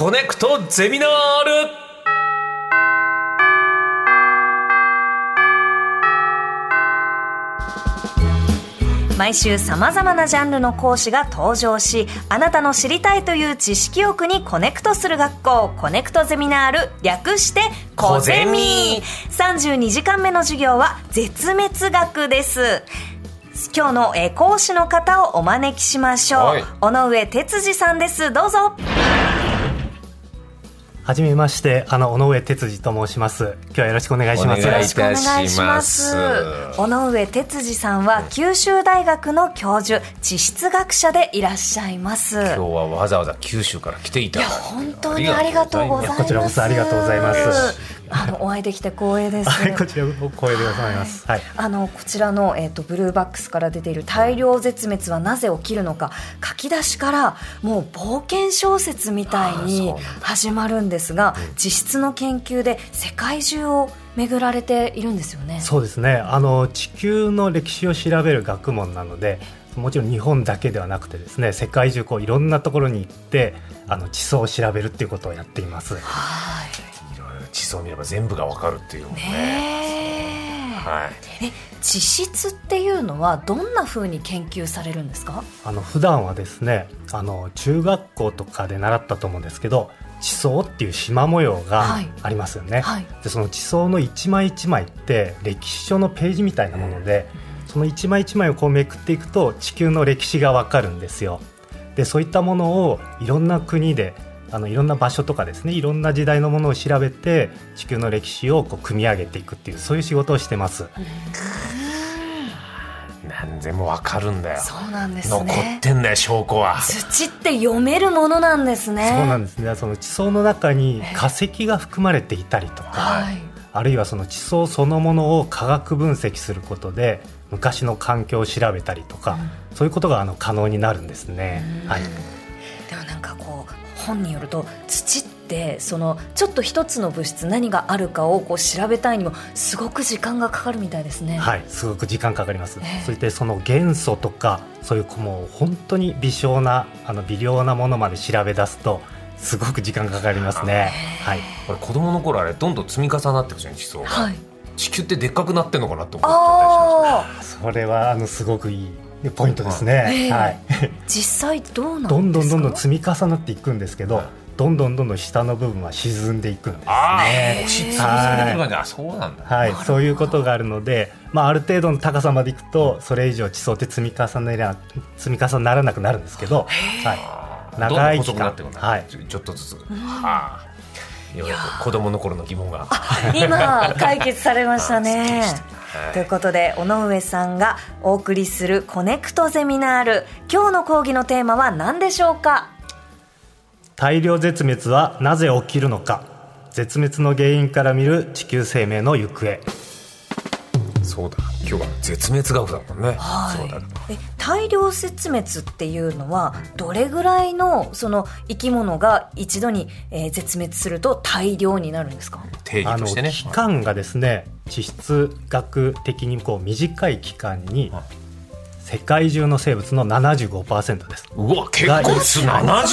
コネクトゼミナール。 毎週さまざまなジャンルの講師が登場し、あなたの知りたいという知識欲にコネクトする学校、コネクトゼミナール、略してコゼミ。32時間目の授業は絶滅学です。今日の講師の方をお招きしましょう、はい、尾上哲司さんです。どうぞ。 はじめまして、尾上哲司と申します。今日はよろしくお願いします。 お願いいたします。 尾上哲司さんは九州大学の教授、地質学者でいらっしゃいます。 今日はわざわざ九州から来ていただいて本当にありがとうございます。 こちらこそありがとうございます。 お会いできて光栄です。 こちらも光栄でございます、はい、 こちらの、ブルーバックスから出ている大量絶滅はなぜ起きるのか、書き出しからもう冒険小説みたいに始まるんですが、地質の研究で世界中を巡られているんですよね。 そうですね、地球の歴史を調べる学問なので、もちろん日本だけではなくてですね、世界中いろんなところに行って地層を調べるっていうことをやっています。 はい、 地層を見れば全部が分かるっていうのもね。はい、 地質っていうのはどんな風に研究されるんですか？ 普段はですね、中学校とかで習ったと思うんですけど、地層っていう縞模様がありますよね、はいはい、でその地層の一枚一枚って歴史書のページみたいなもので、その一枚一枚をめくっていくと地球の歴史が分かるんですよ。でそういったものをいろんな国でいろんな場所とかですね、いろんな時代のものを調べて地球の歴史を組み上げていくっていう、そういう仕事をしてます。 何でも分かるんだよ。 そうなんですね。 残ってんだよ、証拠は。 土って読めるものなんですね。 そうなんですね。その地層の中に化石が含まれていたりとか、あるいはその地層そのものを化学分析することで昔の環境を調べたりとか、そういうことが可能になるんですね。はい、 でもなんか本によると、土ってちょっと一つの物質何があるかを調べたいにもすごく時間がかかるみたいですね。 はい、すごく時間かかります。そしてその元素とかそういうもう本当に微小な微量なものまで調べ出すとすごく時間かかりますね。はい、 これ子供の頃どんどん積み重なっていくじゃん、地層が、はい、地球ってでっかくなってんのかなと思ってたりしました。 それはすごくいいポイントですね。はい、 実際どうなんですか？ どんどん積み重なっていくんですけど、どんどん下の部分は沈んでいくんですね。 そうなんだ。 はい、そういうことがあるので、ある程度の高さまでいくとそれ以上地層って積み重ならなくなるんですけど、はい、長い期間、 はい、ちょっとずつ、いろいろ子供の頃の疑問が今解決されましたね。ということで、尾上さんがお送りするコネクトゼミナール、今日の講義のテーマは何でしょうか？ 大量絶滅はなぜ起きるのか、絶滅の原因から見る地球生命の行方。 そうだ、今日は絶滅学だもんね。 はい、 そうだ。 大量絶滅っていうのはどれぐらいの生き物が一度に絶滅すると大量になるんですか？ 定義としてね、 期間がですね、地質学的に短い期間に世界中の生物の 75% です。 うわ、結構です。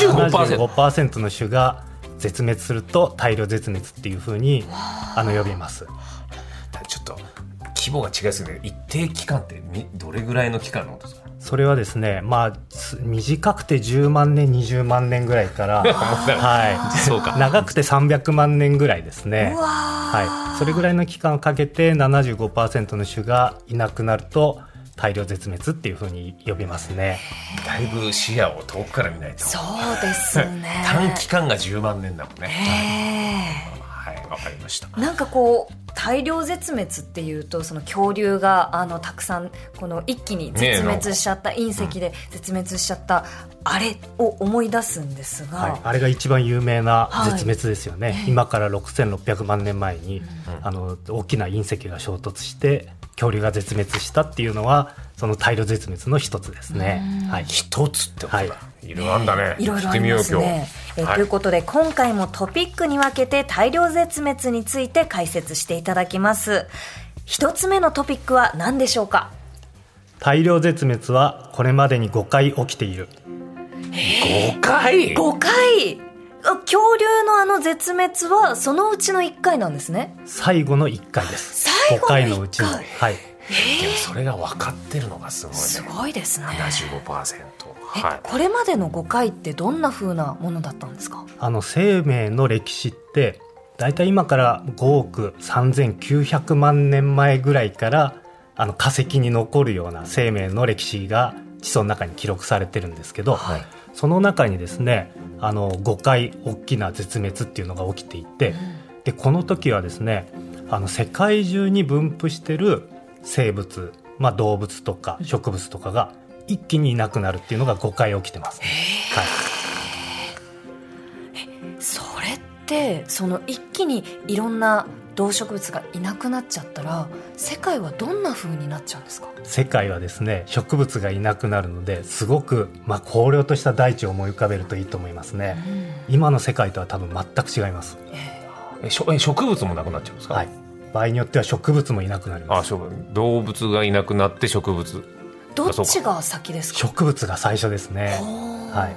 75% の種が絶滅すると大量絶滅っていう風に呼びます。 ちょっと規模が違いすぎて、一定期間ってどれぐらいの期間のことですか？ それはですね、短くて10万年20万年ぐらいからはい、そうか、長くて300万年ぐらいですね。はい、それぐらいの期間をかけて 75% の種がいなくなると大量絶滅っていう風に呼びますね。 だいぶ視野を遠くから見ないと。 そうですね短期間が10万年だもんね。はい、わかりました。 なんか大量絶滅っていうと、恐竜がたくさん一気に絶滅しちゃった、隕石で絶滅しちゃった、あれを思い出すんですが、 はい、あれが一番有名な絶滅ですよね。今から6600万年前に、大きな隕石が衝突して恐竜が絶滅したっていうのは、その大量絶滅の一つですね。はい、 一つってことだ。はい、いろいろあんだね。 いろいろありますね。ということで、今回もトピックに分けて大量絶滅について解説していただきます。一つ目のトピックは何でしょうか？ 大量絶滅はこれまでに5回起きている。 5回？ 5回恐竜のあの絶滅はそのうちの1回なんですね。 最後の1回です。 最後の1回。 5回のうちの、はい。 でもそれが分かってるのがすごいね。 すごいですね。 75%。はい、 これまでの5回ってどんな風なものだったんですか？ 生命の歴史ってだいたい今から5億3900万年前ぐらいから化石に残るような生命の歴史が地層の中に記録されてるんですけど、はい、その中にですね5回大きな絶滅っていうのが起きていて、でこの時はですね世界中に分布してる生物、動物とか植物とかが一気にいなくなるっていうのが5回起きてます、ね。はい、 それってその一気にいろんな動植物がいなくなっちゃったら世界はどんな風になっちゃうんですか？ 世界はですね植物がいなくなるのですごく、荒涼とした大地を思い浮かべるといいと思いますね。今の世界とは多分全く違います。 植物もなくなっちゃうんですか？ はい、場合によっては植物もいなくなります。 動物がいなくなって植物どっちが先ですか？ 植物が最初ですね。はい、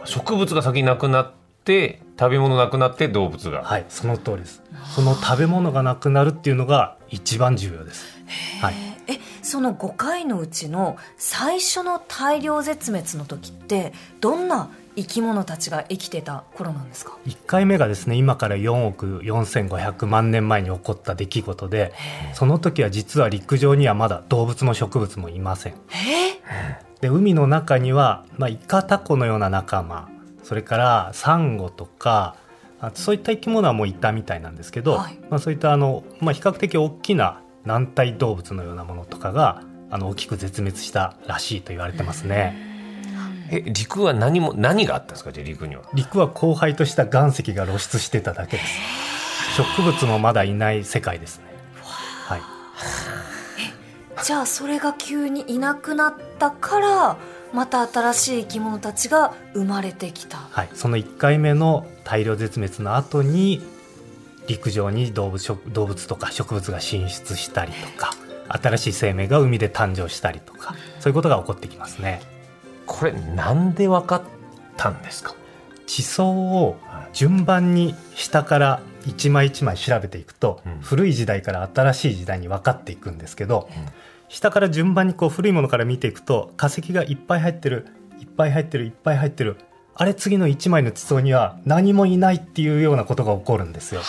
植物が先になくなって食べ物なくなって動物が。 はい、その通りです。その食べ物がなくなるっていうのが一番重要です。はい、 その5回のうちの最初の大量絶滅の時ってどんな生き物たちが生きてた頃なんですか？ 1回目がですね今から4億4500万年前に起こった出来事で、その時は実は陸上にはまだ動物も植物もいません。で海の中には、イカタコのような仲間、それからサンゴとかそういった生き物はもういたみたいなんですけど、はい、そういった比較的大きな軟体動物のようなものとかが大きく絶滅したらしいと言われてますね。 陸は何があったんですか？じゃあ陸には。 陸は荒廃とした岩石が露出してただけです。植物もまだいない世界ですね。はい、 じゃあそれが急にいなくなったからまた新しい生き物たちが生まれてきた。 はい、その1回目の大量絶滅の後に陸上に動物とか植物が進出したりとか新しい生命が海で誕生したりとかそういうことが起こってきますね。 これなんで分かったんですか？ 地層を順番に下から一枚一枚調べていくと、古い時代から新しい時代に分かっていくんですけど、下から順番に古いものから見ていくと化石がいっぱい入ってるいっぱい入ってるいっぱい入ってる、あれ次の1枚の地層には何もいないっていうようなことが起こるんですよ。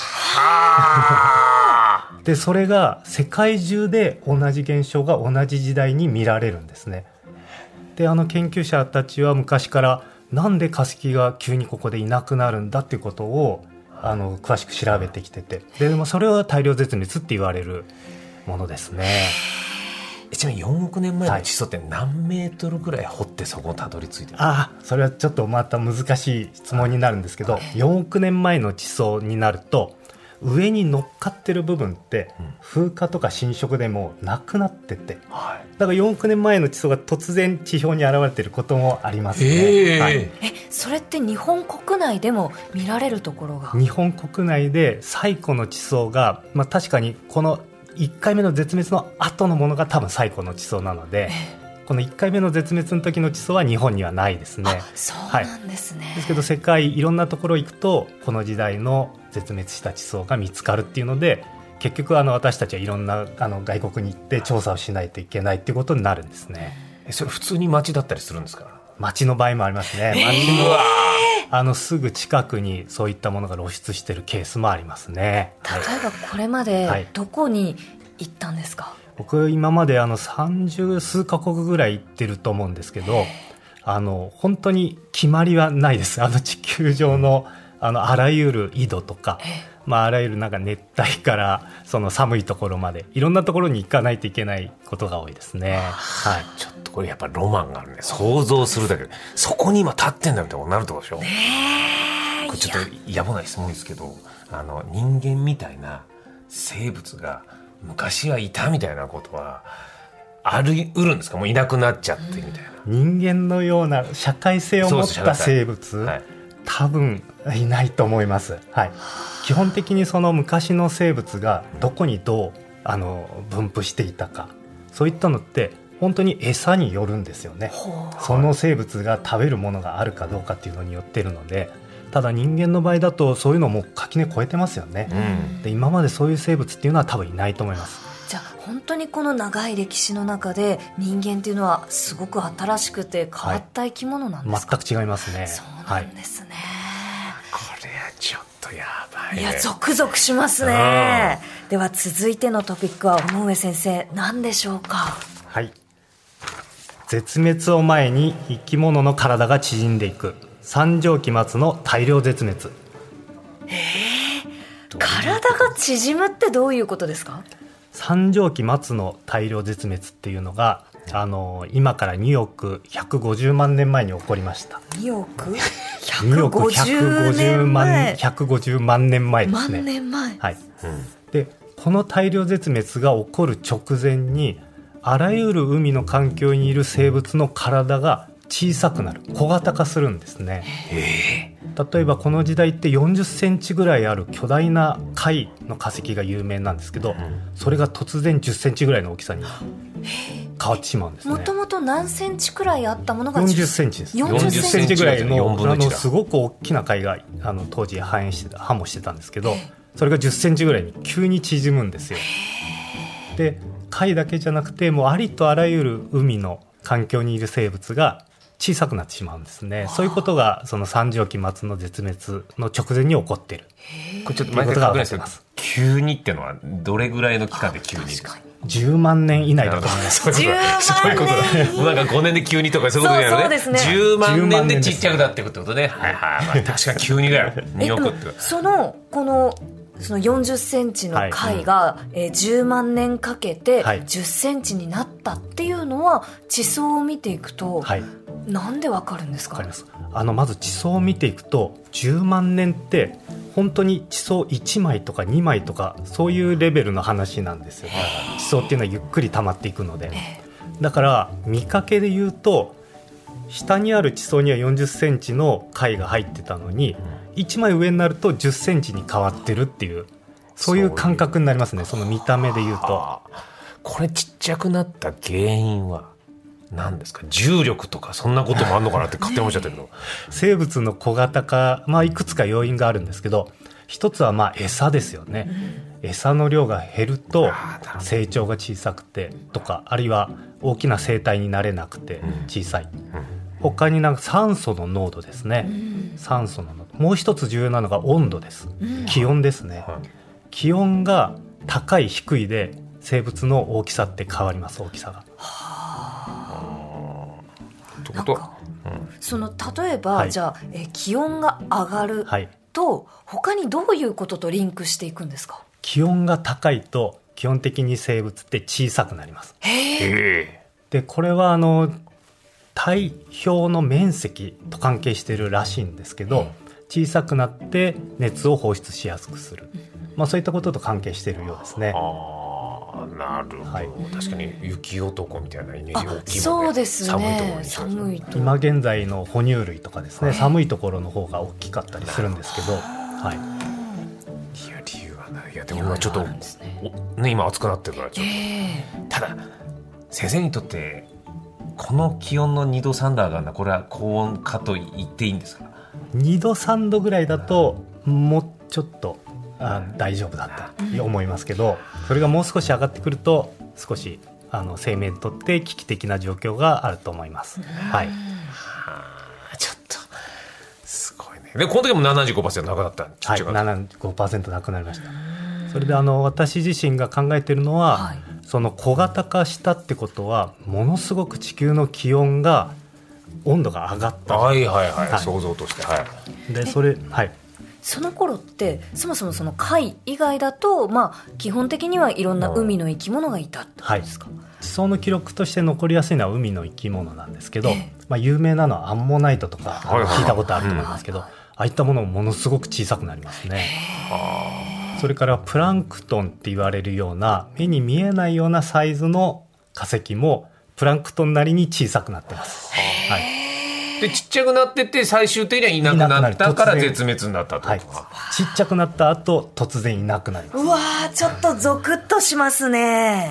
でそれが世界中で同じ現象が同じ時代に見られるんですね。で研究者たちは昔からなんで化石が急にここでいなくなるんだっていうことを詳しく調べてきてて、でもそれは大量絶滅って言われるものですね。 ちなみに4億年前の地層って何メートルぐらい掘ってそこをたどり着いてる？ それはちょっとまた難しい質問になるんですけど、4億年前の地層になると上に乗っかってる部分って風化とか侵食でもなくなってて、だから4億年前の地層が突然地表に現れていることもありますね。 それって日本国内でも見られるところが？ 日本国内で最古の地層が、確かにこの1回目の絶滅の後のものが多分最古の地層なので、この1回目の絶滅の時の地層は日本にはないですね。 そうなんですね。 ですけど世界いろんなところ行くとこの時代の絶滅した地層が見つかるっていうので、結局私たちはいろんな外国に行って調査をしないといけないっていうことになるんですね。 それ普通に町だったりするんですか？ 町の場合もありますね。町のすぐ近くにそういったものが露出しているケースもありますね。 例えばこれまでどこに行ったんですか？ 僕今まで30数カ国ぐらい行ってると思うんですけど、本当に決まりはないです。地球上のあらゆる緯度とか、あらゆる熱帯からその寒いところまでいろんなところに行かないといけないことが多いですね。 ちょっとこれやっぱロマンがあるね。想像するだけでそこに今立ってんだみたいなことになるってことでしょ。これちょっと野暮な質問ですけど、人間みたいな生物が昔はいたみたいなことはありうるんですか？もういなくなっちゃってみたいな。 人間のような社会性を持った生物、多分いないと思います。基本的にその昔の生物がどこにどう分布していたか、そういったのって本当に餌によるんですよね。その生物が食べるものがあるかどうかっていうのによっているので、 ただ人間の場合だとそういうのも垣根越えてますよね、で今までそういう生物っていうのは多分いないと思います。 じゃあ本当にこの長い歴史の中で人間っていうのはすごく新しくて変わった生き物なんですか？ 全く違いますね。 そうなんですね、 これはちょっとやばいね。 いやゾクゾクしますね。では続いてのトピックは尾上先生何でしょうか？ はい、絶滅を前に生き物の体が縮んでいく三畳紀末の大量絶滅。 体が縮むってどういうことですか？ 三畳紀末の大量絶滅っていうのが今から2億150万年前に起こりました。 2億 2億150万前 150万年前ですね。 万年前、 はい、でこの大量絶滅が起こる直前にあらゆる海の環境にいる生物の体が小さくなる、小型化するんですね。例えばこの時代って40センチぐらいある巨大な貝の化石が有名なんですけど、それが突然10センチぐらいの大きさに変わってしまうんですね。 もともと何センチくらいあったものが 40センチです。 40 センチぐらいのすすごく大きな貝が当時繁茂してたんですけど、それが10センチぐらいに急に縮むんですよ。で貝だけじゃなくてもうありとあらゆる海の環境にいる生物が小さくなってしまうんですね。そういうことがその三畳紀末の絶滅の直前に起こっている。 これちょっと毎回確認ですけど、急にっていうのはどれぐらいの期間で急にですか ？10万年以内だと思います。 そういうことだ。なんか5年で急にとかそういうことじゃないのね。10万年でちっちゃくなっていくってことね。はいはい、確かに急にだよ。2億ってその40センチの貝が、10万年かけて10センチになったっていうのは地層を見ていくと、なんでわかるんですか？わかります。 まず地層を見ていくと10万年って本当に地層1枚とか2枚とかそういうレベルの話なんですよ。地層っていうのはゆっくり溜まっていくので、だから見かけで言うと下にある地層には40センチの貝が入ってたのに1枚上になると10センチに変わってるっていう、そういう感覚になりますね。その見た目で言うと。 これちっちゃくなった原因は何ですか？重力とかそんなこともあるのかなって勝手に思っちゃったけど生物の小型化、いくつか要因があるんですけど、一つは餌ですよね。餌の量が減ると成長が小さくてとか、あるいは大きな生態になれなくて小さい、他に酸素の濃度ですね。酸素の濃度、もう一つ重要なのが温度です。気温ですね。気温が高い低いで生物の大きさって変わります。大きさが例えば、じゃあ、気温が上がると、他にどういうこととリンクしていくんですか？ 気温が高いと基本的に生物って小さくなります。でこれは体表の面積と関係しているらしいんですけど、小さくなって熱を放出しやすくする、そういったことと関係しているようですね。 なるほど、確かに雪男みたいなイメージ大きいもんね。 そうですね。 寒いところに今現在の哺乳類とかですね、寒いところの方が大きかったりするんですけど、 理由はない。いやでも今ちょっと今暑くなってるからちょっと、ただ先生にとってこの気温の2度3度上がるのはこれは高温化と言っていいんですか？2 度3度ぐらいだともうちょっと大丈夫だと思いますけど、それがもう少し上がってくると少し生命にとって危機的な状況があると思います。ちょっとすごいね。でこの時も 75% なくなった。 75% なくなりました。それで私自身が考えているのは、その小型化したってことはものすごく地球の気温が温度が上がった。 想像として。 でその頃ってそもそもその貝以外だと、基本的にはいろんな海の生き物がいたってことですか？ 地層の記録として残りやすいのは海の生き物なんですけど、有名なのはアンモナイトとか聞いたことあると思いますけど、ああいったものもものすごく小さくなりますね。それからプランクトンって言われるような目に見えないようなサイズの化石もプランクトンなりに小さくなってます。 でちっちゃくなってって最終的にはいなくなったから絶滅になったと、 ちっちゃくなった後突然いなくなります。 うわー、ちょっとゾクッとしますね。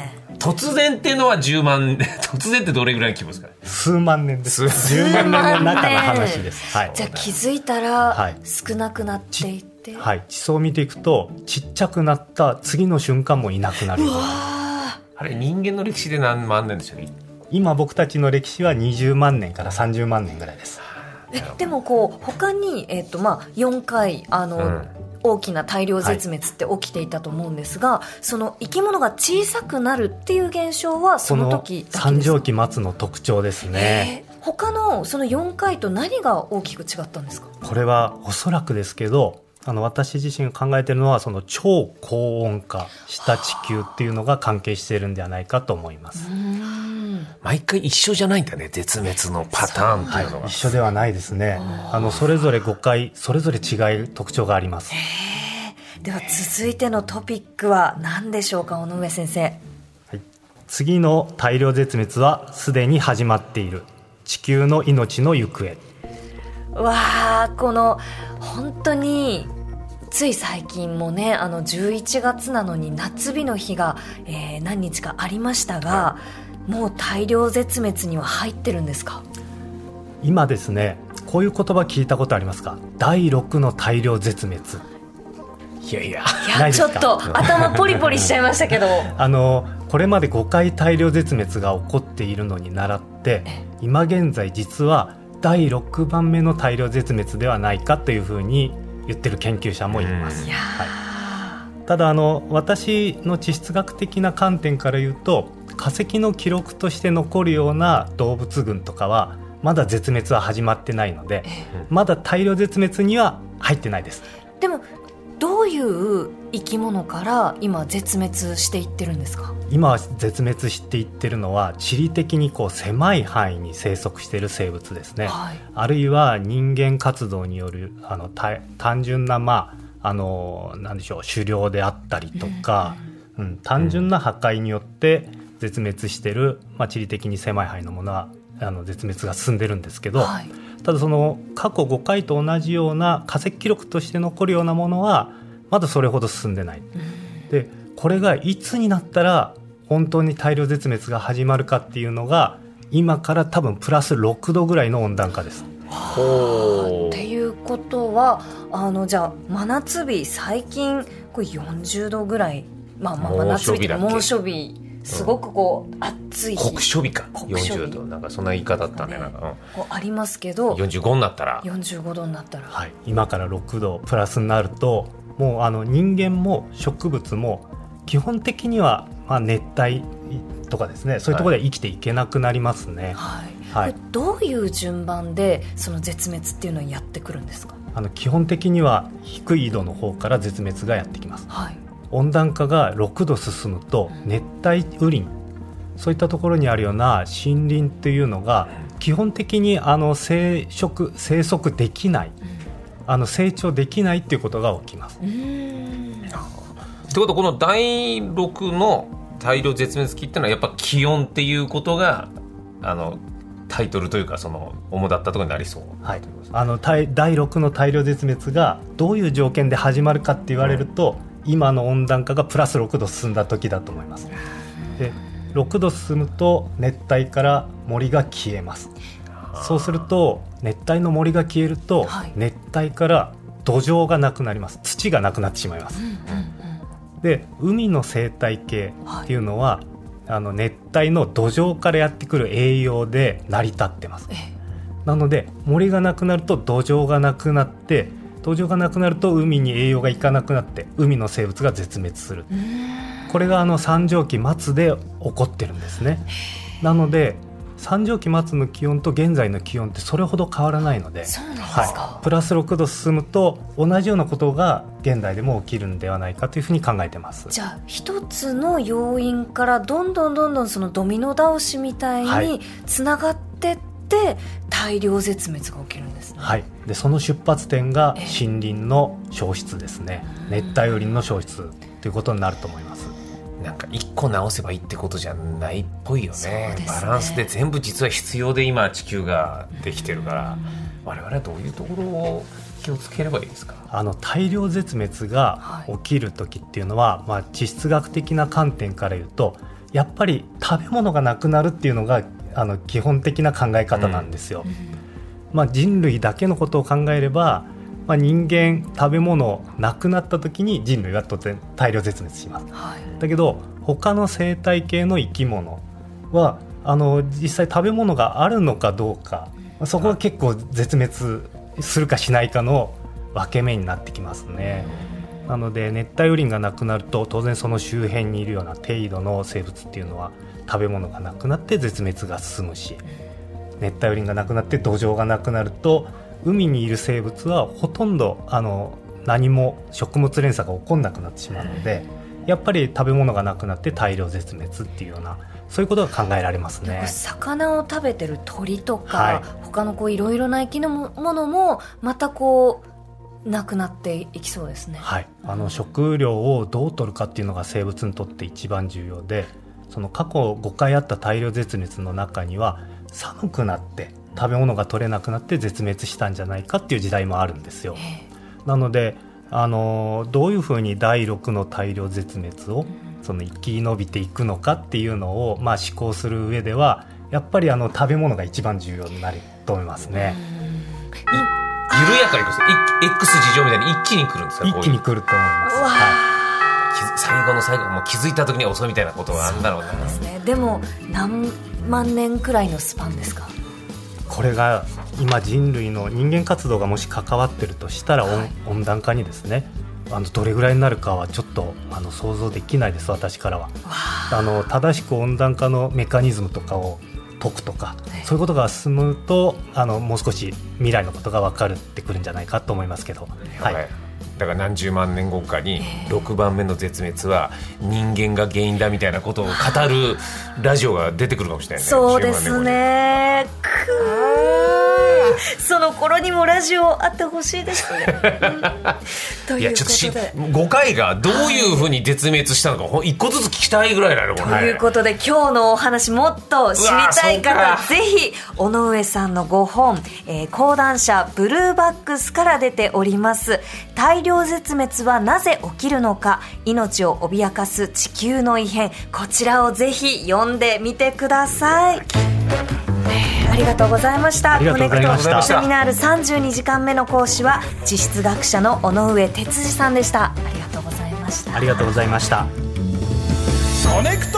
突然っていうのは10万突然ってどれぐらいの規模ですかね。 数万年です。10万年の中の話です。はい、 じゃあ気づいたら少なくなっていって、 はい、地層を見ていくとちっちゃくなった次の瞬間もいなくなる。 あれ人間の歴史で何万年でしたっけ。 今僕たちの歴史は20万年から30万年ぐらいです。 でもこう他に、4回大きな大量絶滅って起きていたと思うんですが、その生き物が小さくなるっていう現象はその時だけですか。 三畳紀末の特徴ですね。 他のその4回と何が大きく違ったんですか。 これはおそらくですけど、私自身が考えているのはその超高温化した地球っていうのが関係しているんではないかと思います。 毎回一緒じゃないんだね、絶滅のパターンっていうのは。 一緒ではないですね。それぞれ5回それぞれ違う特徴があります。 では続いてのトピックは何でしょうか、尾上先生。 次の大量絶滅はすでに始まっている。地球の命の行方。 わあ、この本当につい最近もね、11月なのに夏日の日が、何日かありましたが、もう大量絶滅には入ってるんですか。 今ですね、こういう言葉聞いたことありますか。第6の大量絶滅。 いやちょっと頭ポリポリしちゃいましたけどこれまで5回大量絶滅が起こっているのに倣って今現在実は第6番目の大量絶滅ではないかというふうに言ってる研究者もいます。ただ私の地質学的な観点から言うと、化石の記録として残るような動物群とかはまだ絶滅は始まってないので、まだ大量絶滅には入ってないです。 でもどういう生き物から今絶滅していってるんですか。 今絶滅していってるのは地理的に狭い範囲に生息している生物ですね。あるいは人間活動による単純ななんでしょう、狩猟であったりとか、単純な破壊によって絶滅している、地理的に狭い範囲のものは絶滅が進んでるんですけど、ただその過去5回と同じような化石記録として残るようなものはまだそれほど進んでない。でこれがいつになったら本当に大量絶滅が始まるかっていうのが今から多分プラス6度ぐらいの温暖化です。 っていうことはじゃあ真夏日最近これ40度ぐららい、真夏日と猛暑日すごく暑い日、 酷暑日か40度なんかそんな言い方だったね。 ありますけど 45になったら 45度になったら、 今から6度プラスになるともう人間も植物も基本的には熱帯とかですね、そういうところで生きていけなくなりますね。 これどういう順番でその絶滅っていうのはやってくるんですか。 基本的には低い緯度の方から絶滅がやってきます。温暖化が6度進むと熱帯雨林、そういったところにあるような森林っていうのが基本的に生息できない、成長できないっていうことが起きます。 ってことはこの第6の大量絶滅期っていうのはやっぱ気温っていうことがタイトルというかその主だったところになりそう。第 6の大量絶滅がどういう条件で始まるかって言われると、今の温暖化がプラス6度進んだ時だと思います。で6度進むと熱帯から森が消えます。そうすると熱帯の森が消えると、熱帯から土壌がなくなります。土がなくなってしまいます。で海の生態系っていうのは、熱帯の土壌からやってくる栄養で成り立ってます。なので森がなくなると土壌がなくなって、土壌がなくなると海に栄養がいかなくなって海の生物が絶滅する。これが三畳紀末で起こってるんですね。なので三畳紀末の気温と現在の気温ってそれほど変わらないので、プラス6度進むと同じようなことが現代でも起きるんではないかというふうに考えてます。 じゃあ一つの要因からどんどんそのドミノ倒しみたいにつながってって大量絶滅が起きるんですね。 でその出発点が森林の消失ですね。熱帯雨林の消失ということになると思います。 なんか1個直せばいいってことじゃないっぽいよ ね。バランスで全部実は必要で今地球ができてるから、我々はどういうところを気をつければいいですか。 大量絶滅が起きる時っていうのは、地質学的な観点から言うとやっぱり食べ物がなくなるっていうのが基本的な考え方なんですよ、人類だけのことを考えれば、人間食べ物なくなった時に人類は当然大量絶滅します、だけど他の生態系の生き物は実際食べ物があるのかどうか、そこが結構絶滅するかしないかの分け目になってきますね。なので熱帯雨林がなくなると当然その周辺にいるような程度の生物っていうのは食べ物がなくなって絶滅が進むし、熱帯雨林がなくなって土壌がなくなると海にいる生物はほとんど何も食物連鎖が起こんなくなってしまうので、やっぱり食べ物がなくなって大量絶滅っていうようなそういうことが考えられますね。 魚を食べてる鳥とか、他のいろいろな生き物もまたなくなっていきそうですね。 食料をどう取るかっていうのが生物にとって一番重要で、その過去5回あった大量絶滅の中には寒くなって食べ物が取れなくなって絶滅したんじゃないかっていう時代もあるんですよ。なのでどういうふうに第6の大量絶滅を生き延びていくのかっていうのを、思考する上ではやっぱり食べ物が一番重要になると思いますね。 緩やかにX 事情みたいに一気に来るんですか？ 一気に来ると思います。 最後の最後もう気づいた時には遅いみたいなことがあるんだろうな。 そうですね。でも何万年くらいのスパンですか？ これが今人類の人間活動がもし関わってるとしたら、温暖化にですね、どれぐらいになるかはちょっと想像できないです、私からは。正しく温暖化のメカニズムとかを解くとか、そういうことが進むともう少し未来のことが分かってくるんじゃないかと思いますけど、 だから何十万年後かに6番目の絶滅は人間が原因だみたいなことを語るラジオが出てくるかもしれないね。 そうですね。その頃にもラジオあってほしいですね。ということで 5回がどういうふうに絶滅したのか1個ずつ聞きたいぐらいなのこれ。 ということで今日のお話もっと知りたい方、ぜひ尾上さんの5本、講談社ブルーバックスから出ております大量絶滅はなぜ起きるのか、命を脅かす地球の異変、こちらをぜひ読んでみてください。ありがとうございました。コネクトセミナール32時間目の講師は地質学者の尾上哲司さんでした。ありがとうございました。 ありがとうございました。 コネクト